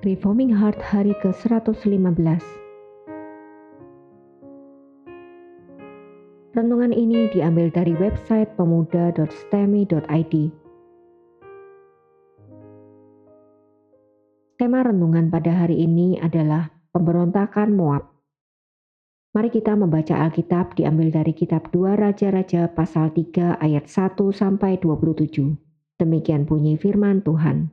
Reforming Heart hari ke-115. Renungan ini diambil dari website pemuda.stemi.id. Tema renungan pada hari ini adalah pemberontakan Moab. Mari kita membaca Alkitab diambil dari kitab 2 Raja-Raja pasal 3 ayat 1 sampai 27. Demikian bunyi firman Tuhan.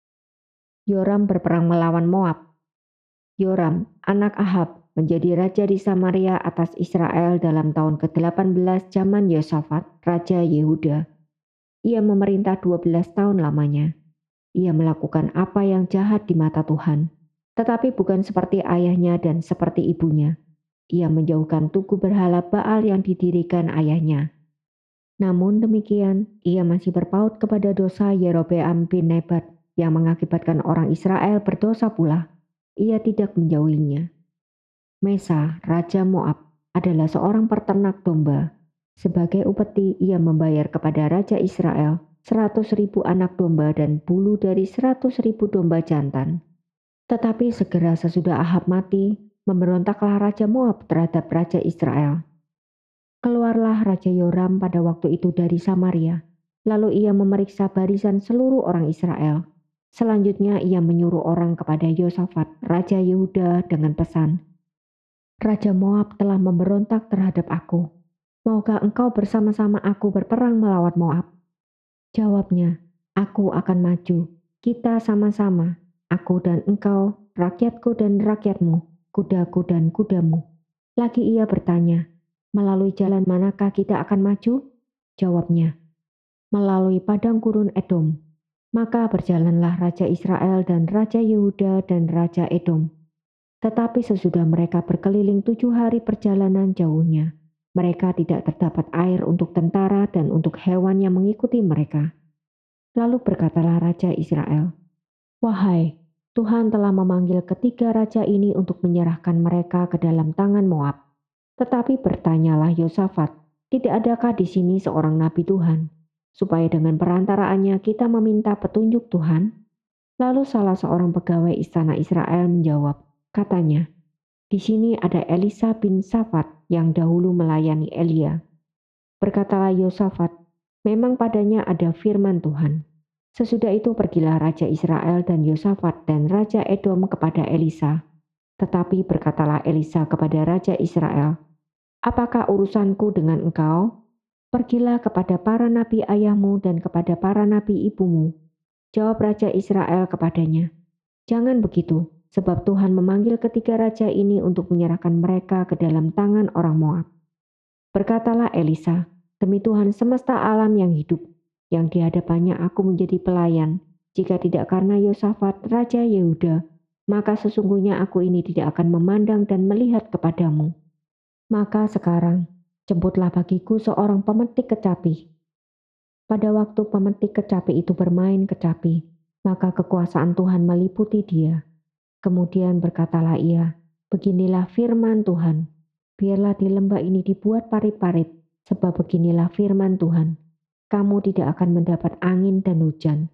Yoram berperang melawan Moab. Yoram, anak Ahab, menjadi raja di Samaria atas Israel dalam tahun ke-18 zaman Yosafat, Raja Yehuda. Ia memerintah 12 tahun lamanya. Ia melakukan apa yang jahat di mata Tuhan, tetapi bukan seperti ayahnya dan seperti ibunya. Ia menjauhkan tugu berhala Baal yang didirikan ayahnya. Namun demikian, ia masih berpaut kepada dosa Yerobeam bin Nebat yang mengakibatkan orang Israel berdosa pula. Ia tidak menjauhinya. Mesa, Raja Moab, adalah seorang peternak domba. Sebagai upeti, ia membayar kepada Raja Israel 100.000 anak domba dan bulu dari 100.000 domba jantan. Tetapi segera sesudah Ahab mati, memberontaklah Raja Moab terhadap Raja Israel. Keluarlah Raja Yoram pada waktu itu dari Samaria. Lalu ia memeriksa barisan seluruh orang Israel. Selanjutnya ia menyuruh orang kepada Yosafat, Raja Yehuda dengan pesan, Raja Moab telah memberontak terhadap aku. Maukah engkau bersama-sama aku berperang melawan Moab? Jawabnya, aku akan maju. Kita sama-sama, aku dan engkau, rakyatku dan rakyatmu, kudaku dan kudamu. Lagi ia bertanya, melalui jalan manakah kita akan maju? Jawabnya, melalui padang gurun Edom. Maka berjalanlah Raja Israel dan Raja Yehuda dan Raja Edom. Tetapi sesudah mereka berkeliling 7 hari perjalanan jauhnya, mereka tidak terdapat air untuk tentara dan untuk hewan yang mengikuti mereka. Lalu berkatalah Raja Israel, wahai, Tuhan telah memanggil ketiga raja ini untuk menyerahkan mereka ke dalam tangan Moab. Tetapi bertanyalah Yosafat, tidak adakah di sini seorang nabi Tuhan, supaya dengan perantaraannya kita meminta petunjuk Tuhan? Lalu salah seorang pegawai istana Israel menjawab, katanya, di sini ada Elisa bin Safat yang dahulu melayani Elia. Berkatalah Yosafat, memang padanya ada firman Tuhan. Sesudah itu pergilah Raja Israel dan Yosafat dan Raja Edom kepada Elisa. Tetapi berkatalah Elisa kepada Raja Israel, apakah urusanku dengan engkau? Pergilah kepada para nabi ayahmu dan kepada para nabi ibumu. Jawab Raja Israel kepadanya, jangan begitu, sebab Tuhan memanggil ketiga raja ini untuk menyerahkan mereka ke dalam tangan orang Moab. Berkatalah Elisa, demi Tuhan semesta alam yang hidup, yang di hadapannya aku menjadi pelayan, jika tidak karena Yosafat, Raja Yehuda, maka sesungguhnya aku ini tidak akan memandang dan melihat kepadamu. Maka sekarang, jemputlah bagiku seorang pemetik kecapi. Pada waktu pemetik kecapi itu bermain kecapi, maka kekuasaan Tuhan meliputi dia. Kemudian berkatalah ia, beginilah firman Tuhan, biarlah di lembah ini dibuat parit-parit, sebab beginilah firman Tuhan, kamu tidak akan mendapat angin dan hujan.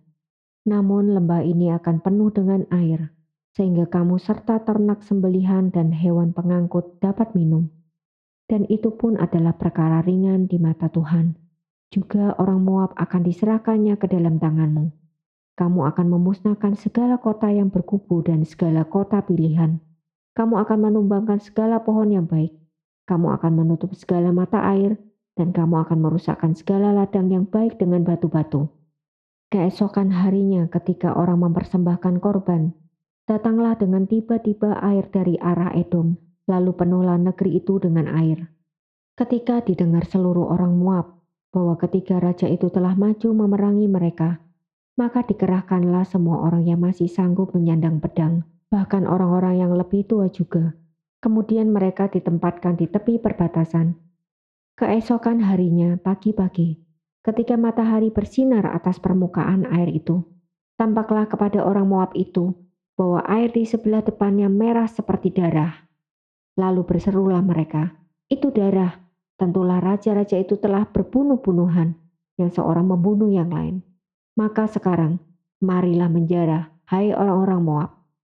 Namun lembah ini akan penuh dengan air, sehingga kamu serta ternak sembelihan dan hewan pengangkut dapat minum. Dan itu pun adalah perkara ringan di mata Tuhan. Juga orang Moab akan diserahkannya ke dalam tanganmu. Kamu akan memusnahkan segala kota yang berkubu dan segala kota pilihan. Kamu akan menumbangkan segala pohon yang baik. Kamu akan menutup segala mata air, dan kamu akan merusakkan segala ladang yang baik dengan batu-batu. Keesokan harinya ketika orang mempersembahkan korban, datanglah dengan tiba-tiba air dari arah Edom, lalu penuhlah negeri itu dengan air. Ketika didengar seluruh orang Moab bahwa ketiga raja itu telah maju memerangi mereka, maka dikerahkanlah semua orang yang masih sanggup menyandang pedang, bahkan orang-orang yang lebih tua juga. Kemudian mereka ditempatkan di tepi perbatasan. Keesokan harinya, pagi-pagi, ketika matahari bersinar atas permukaan air itu, tampaklah kepada orang Moab itu bahwa air di sebelah depannya merah seperti darah. Lalu berserulah mereka, itu darah, tentulah raja-raja itu telah berbunuh-bunuhan, yang seorang membunuh yang lain. Maka sekarang, marilah menjarah, hai orang-orang Moab.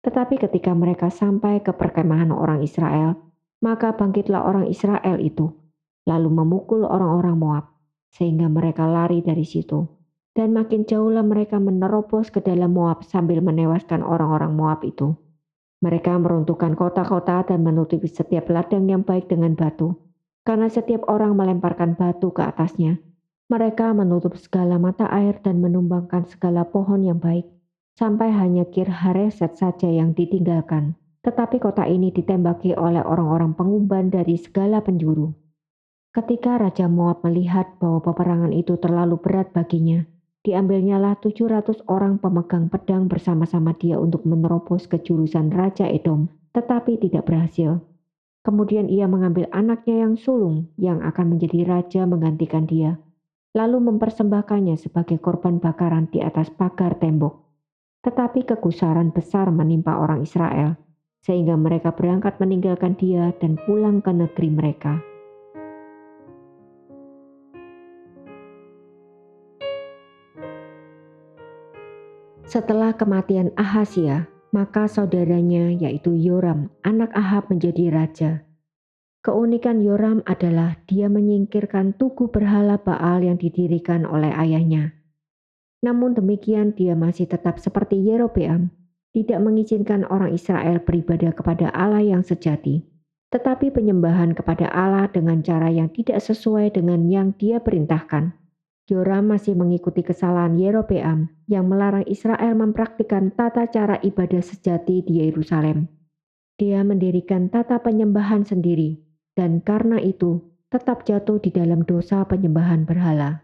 Tetapi ketika mereka sampai ke perkemahan orang Israel, maka bangkitlah orang Israel itu, lalu memukul orang-orang Moab, sehingga mereka lari dari situ. Dan makin jauhlah mereka menerobos ke dalam Moab sambil menewaskan orang-orang Moab itu. Mereka meruntuhkan kota-kota dan menutupi setiap ladang yang baik dengan batu, karena setiap orang melemparkan batu ke atasnya. Mereka menutup segala mata air dan menumbangkan segala pohon yang baik, sampai hanya Kir Hareset saja yang ditinggalkan. Tetapi kota ini ditembaki oleh orang-orang pengumban dari segala penjuru. Ketika Raja Moab melihat bahwa peperangan itu terlalu berat baginya, diambilnyalah 700 orang pemegang pedang bersama-sama dia untuk menerobos ke jurusan Raja Edom, tetapi tidak berhasil. Kemudian ia mengambil anaknya yang sulung yang akan menjadi raja menggantikan dia, lalu mempersembahkannya sebagai korban bakaran di atas pagar tembok. Tetapi kegusaran besar menimpa orang Israel, sehingga mereka berangkat meninggalkan dia dan pulang ke negeri mereka. Setelah kematian Ahazia, maka saudaranya yaitu Yoram, anak Ahab menjadi raja. Keunikan Yoram adalah dia menyingkirkan tugu berhala Baal yang didirikan oleh ayahnya. Namun demikian dia masih tetap seperti Yerobeam, tidak mengizinkan orang Israel beribadah kepada Allah yang sejati, tetapi penyembahan kepada Allah dengan cara yang tidak sesuai dengan yang dia perintahkan. Yoram masih mengikuti kesalahan Yerobeam yang melarang Israel mempraktikkan tata cara ibadah sejati di Yerusalem. Dia mendirikan tata penyembahan sendiri, dan karena itu tetap jatuh di dalam dosa penyembahan berhala.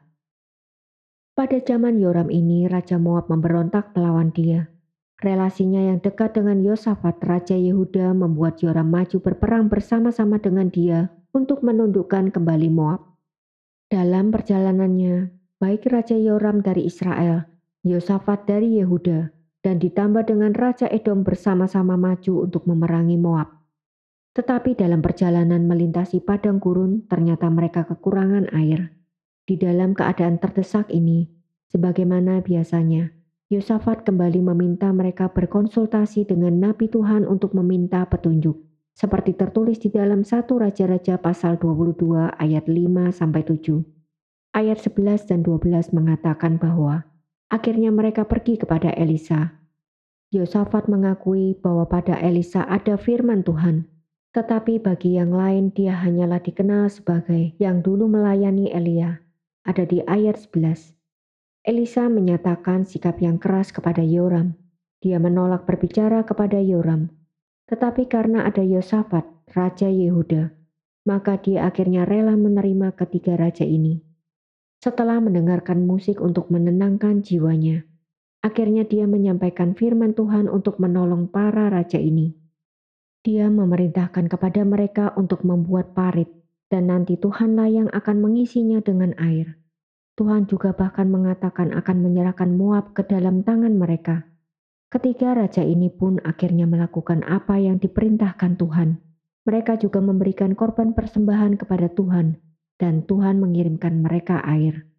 Pada zaman Yoram ini, Raja Moab memberontak melawan dia. Relasinya yang dekat dengan Yosafat, Raja Yehuda, membuat Yoram maju berperang bersama-sama dengan dia untuk menundukkan kembali Moab. Dalam perjalanannya, baik Raja Yoram dari Israel, Yosafat dari Yehuda, dan ditambah dengan Raja Edom bersama-sama maju untuk memerangi Moab. Tetapi dalam perjalanan melintasi padang gurun, ternyata mereka kekurangan air. Di dalam keadaan terdesak ini, sebagaimana biasanya, Yosafat kembali meminta mereka berkonsultasi dengan Nabi Tuhan untuk meminta petunjuk. Seperti tertulis di dalam 1 Raja-Raja pasal 22 ayat 5-7. Ayat 11 dan 12 mengatakan bahwa akhirnya mereka pergi kepada Elisa. Yosafat mengakui bahwa pada Elisa ada firman Tuhan, tetapi bagi yang lain dia hanyalah dikenal sebagai yang dulu melayani Elia. Ada di ayat 11. Elisa menyatakan sikap yang keras kepada Yoram. Dia menolak berbicara kepada Yoram. Tetapi karena ada Yosafat, Raja Yehuda, maka dia akhirnya rela menerima ketiga raja ini. Setelah mendengarkan musik untuk menenangkan jiwanya, akhirnya dia menyampaikan firman Tuhan untuk menolong para raja ini. Dia memerintahkan kepada mereka untuk membuat parit, dan nanti Tuhanlah yang akan mengisinya dengan air. Tuhan juga bahkan mengatakan akan menyerahkan Moab ke dalam tangan mereka. Ketiga raja ini pun akhirnya melakukan apa yang diperintahkan Tuhan. Mereka juga memberikan korban persembahan kepada Tuhan, dan Tuhan mengirimkan mereka air.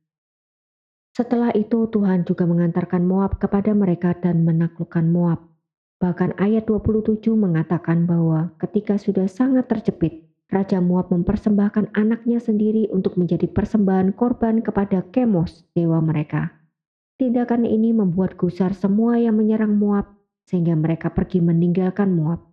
Setelah itu Tuhan juga mengantarkan Moab kepada mereka dan menaklukkan Moab. Bahkan ayat 27 mengatakan bahwa ketika sudah sangat terjepit, Raja Moab mempersembahkan anaknya sendiri untuk menjadi persembahan korban kepada Kemos, dewa mereka. Tindakan ini membuat gusar semua yang menyerang Moab, sehingga mereka pergi meninggalkan Moab.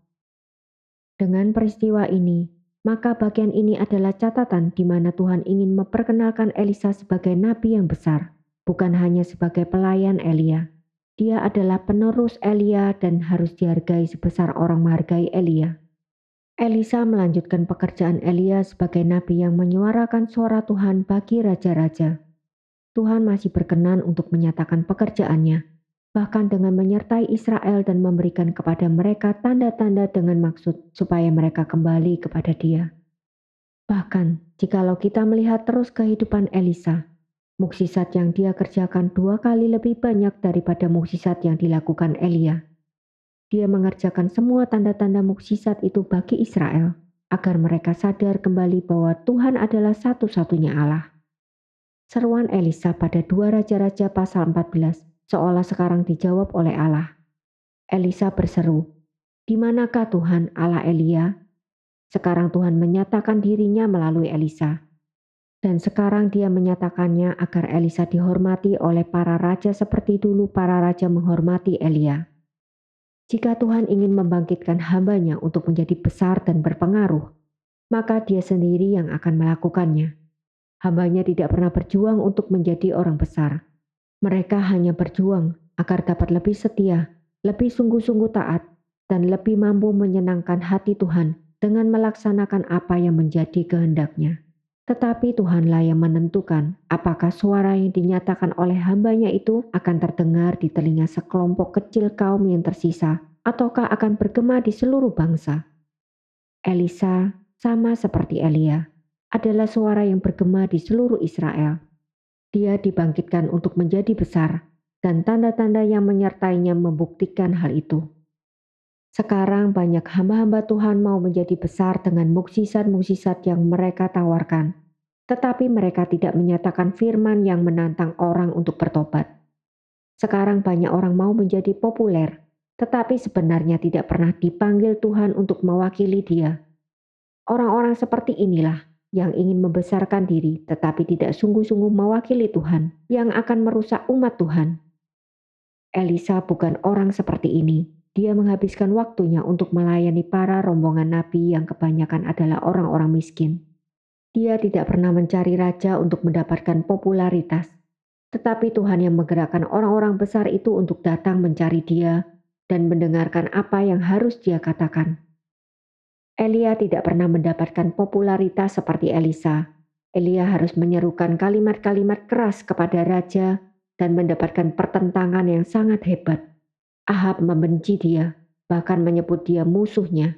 Dengan peristiwa ini, maka bagian ini adalah catatan di mana Tuhan ingin memperkenalkan Elisa sebagai nabi yang besar, bukan hanya sebagai pelayan Elia. Dia adalah penerus Elia dan harus dihargai sebesar orang menghargai Elia. Elisa melanjutkan pekerjaan Elia sebagai nabi yang menyuarakan suara Tuhan bagi raja-raja. Tuhan masih berkenan untuk menyatakan pekerjaannya, bahkan dengan menyertai Israel dan memberikan kepada mereka tanda-tanda dengan maksud supaya mereka kembali kepada Dia. Bahkan, jikalau kita melihat terus kehidupan Elisa, mukjizat yang dia kerjakan 2 kali lebih banyak daripada mukjizat yang dilakukan Elia. Dia mengerjakan semua tanda-tanda mukjizat itu bagi Israel, agar mereka sadar kembali bahwa Tuhan adalah satu-satunya Allah. Seruan Elisa pada 2 Raja-Raja pasal 14 seolah sekarang dijawab oleh Allah. Elisa berseru, Di manakah Tuhan Allah Elia? Sekarang Tuhan menyatakan dirinya melalui Elisa. Dan sekarang dia menyatakannya agar Elisa dihormati oleh para raja seperti dulu para raja menghormati Elia. Jika Tuhan ingin membangkitkan hambanya untuk menjadi besar dan berpengaruh, maka dia sendiri yang akan melakukannya. Hambanya tidak pernah berjuang untuk menjadi orang besar. Mereka hanya berjuang agar dapat lebih setia, lebih sungguh-sungguh taat, dan lebih mampu menyenangkan hati Tuhan dengan melaksanakan apa yang menjadi kehendaknya. Tetapi Tuhanlah yang menentukan apakah suara yang dinyatakan oleh hambanya itu akan terdengar di telinga sekelompok kecil kaum yang tersisa, ataukah akan bergema di seluruh bangsa. Elisa, sama seperti Elia, adalah suara yang bergema di seluruh Israel. Dia dibangkitkan untuk menjadi besar, dan tanda-tanda yang menyertainya membuktikan hal itu. Sekarang banyak hamba-hamba Tuhan mau menjadi besar dengan mukjizat-mukjizat yang mereka tawarkan. Tetapi mereka tidak menyatakan firman yang menantang orang untuk bertobat. Sekarang banyak orang mau menjadi populer, tetapi sebenarnya tidak pernah dipanggil Tuhan untuk mewakili Dia. Orang-orang seperti inilah yang ingin membesarkan diri tetapi tidak sungguh-sungguh mewakili Tuhan yang akan merusak umat Tuhan. Elisa bukan orang seperti ini. Dia menghabiskan waktunya untuk melayani para rombongan nabi yang kebanyakan adalah orang-orang miskin. Dia tidak pernah mencari raja untuk mendapatkan popularitas. Tetapi Tuhan yang menggerakkan orang-orang besar itu untuk datang mencari dia dan mendengarkan apa yang harus dia katakan. Elia tidak pernah mendapatkan popularitas seperti Elisa. Elia harus menyerukan kalimat-kalimat keras kepada raja dan mendapatkan pertentangan yang sangat hebat. Ahab membenci dia, bahkan menyebut dia musuhnya.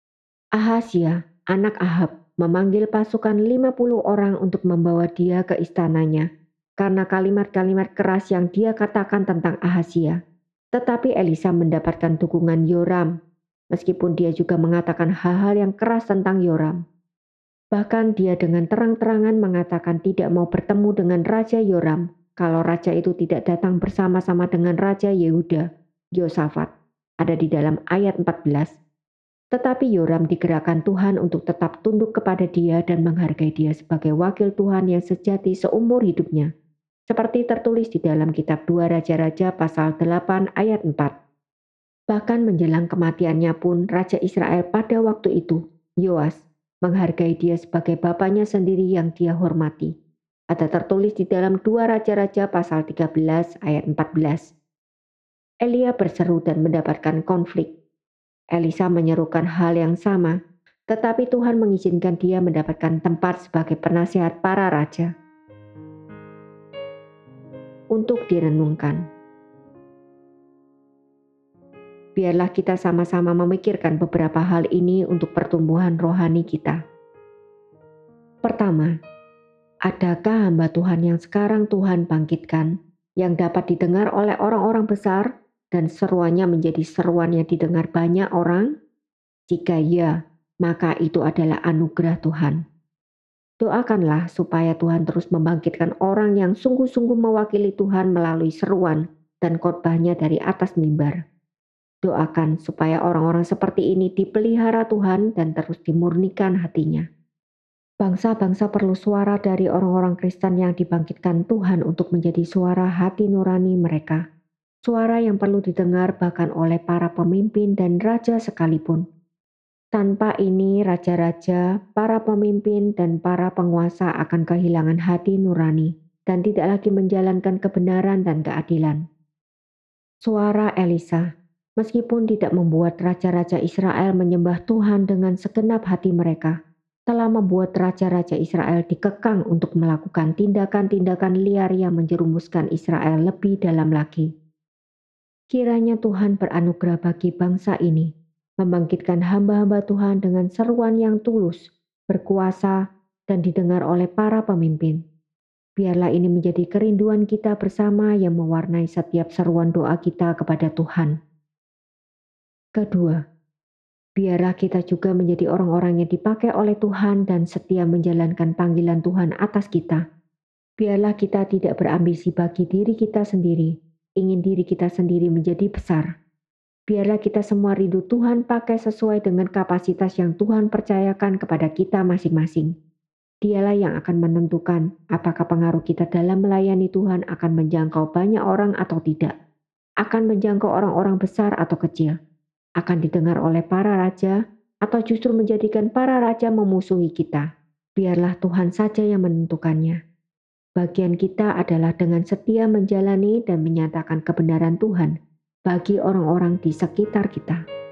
Ahazia, anak Ahab, memanggil pasukan 50 orang untuk membawa dia ke istananya karena kalimat-kalimat keras yang dia katakan tentang Ahazia. Tetapi Elisa mendapatkan dukungan Yoram, meskipun dia juga mengatakan hal-hal yang keras tentang Yoram. Bahkan dia dengan terang-terangan mengatakan tidak mau bertemu dengan Raja Yoram kalau raja itu tidak datang bersama-sama dengan Raja Yehuda, Yosafat, ada di dalam ayat 14. Tetapi Yoram digerakkan Tuhan untuk tetap tunduk kepada dia dan menghargai dia sebagai wakil Tuhan yang sejati seumur hidupnya. Seperti tertulis di dalam kitab 2 Raja-Raja pasal 8 ayat 4. Bahkan menjelang kematiannya pun Raja Israel pada waktu itu, Yoas, menghargai dia sebagai bapaknya sendiri yang dia hormati. Ada tertulis di dalam 2 Raja-Raja pasal 13 ayat 14. Elia berseru dan mendapatkan konflik. Elisa menyerukan hal yang sama, tetapi Tuhan mengizinkan dia mendapatkan tempat sebagai penasihat para raja. Untuk direnungkan. Biarlah kita sama-sama memikirkan beberapa hal ini untuk pertumbuhan rohani kita. Pertama, adakah hamba Tuhan yang sekarang Tuhan bangkitkan yang dapat didengar oleh orang-orang besar dan seruannya menjadi seruan yang didengar banyak orang? Jika ya, maka itu adalah anugerah Tuhan. Doakanlah supaya Tuhan terus membangkitkan orang yang sungguh-sungguh mewakili Tuhan melalui seruan dan khotbahnya dari atas mimbar. Doakan supaya orang-orang seperti ini dipelihara Tuhan dan terus dimurnikan hatinya. Bangsa-bangsa perlu suara dari orang-orang Kristen yang dibangkitkan Tuhan untuk menjadi suara hati nurani mereka. Suara yang perlu didengar bahkan oleh para pemimpin dan raja sekalipun. Tanpa ini raja-raja, para pemimpin dan para penguasa akan kehilangan hati nurani dan tidak lagi menjalankan kebenaran dan keadilan. Suara Elisa, meskipun tidak membuat raja-raja Israel menyembah Tuhan dengan segenap hati mereka, telah membuat raja-raja Israel dikekang untuk melakukan tindakan-tindakan liar yang menjerumuskan Israel lebih dalam lagi. Kiranya Tuhan beranugerah bagi bangsa ini, membangkitkan hamba-hamba Tuhan dengan seruan yang tulus, berkuasa, dan didengar oleh para pemimpin. Biarlah ini menjadi kerinduan kita bersama yang mewarnai setiap seruan doa kita kepada Tuhan. Kedua, biarlah kita juga menjadi orang-orang yang dipakai oleh Tuhan dan setia menjalankan panggilan Tuhan atas kita. Biarlah kita tidak berambisi bagi diri kita sendiri, ingin diri kita sendiri menjadi besar. Biarlah kita semua rindu Tuhan pakai sesuai dengan kapasitas yang Tuhan percayakan kepada kita masing-masing. Dialah yang akan menentukan apakah pengaruh kita dalam melayani Tuhan akan menjangkau banyak orang atau tidak, akan menjangkau orang-orang besar atau kecil, akan didengar oleh para raja, atau justru menjadikan para raja memusuhi kita. Biarlah Tuhan saja yang menentukannya. Bagian kita adalah dengan setia menjalani dan menyatakan kebenaran Tuhan bagi orang-orang di sekitar kita.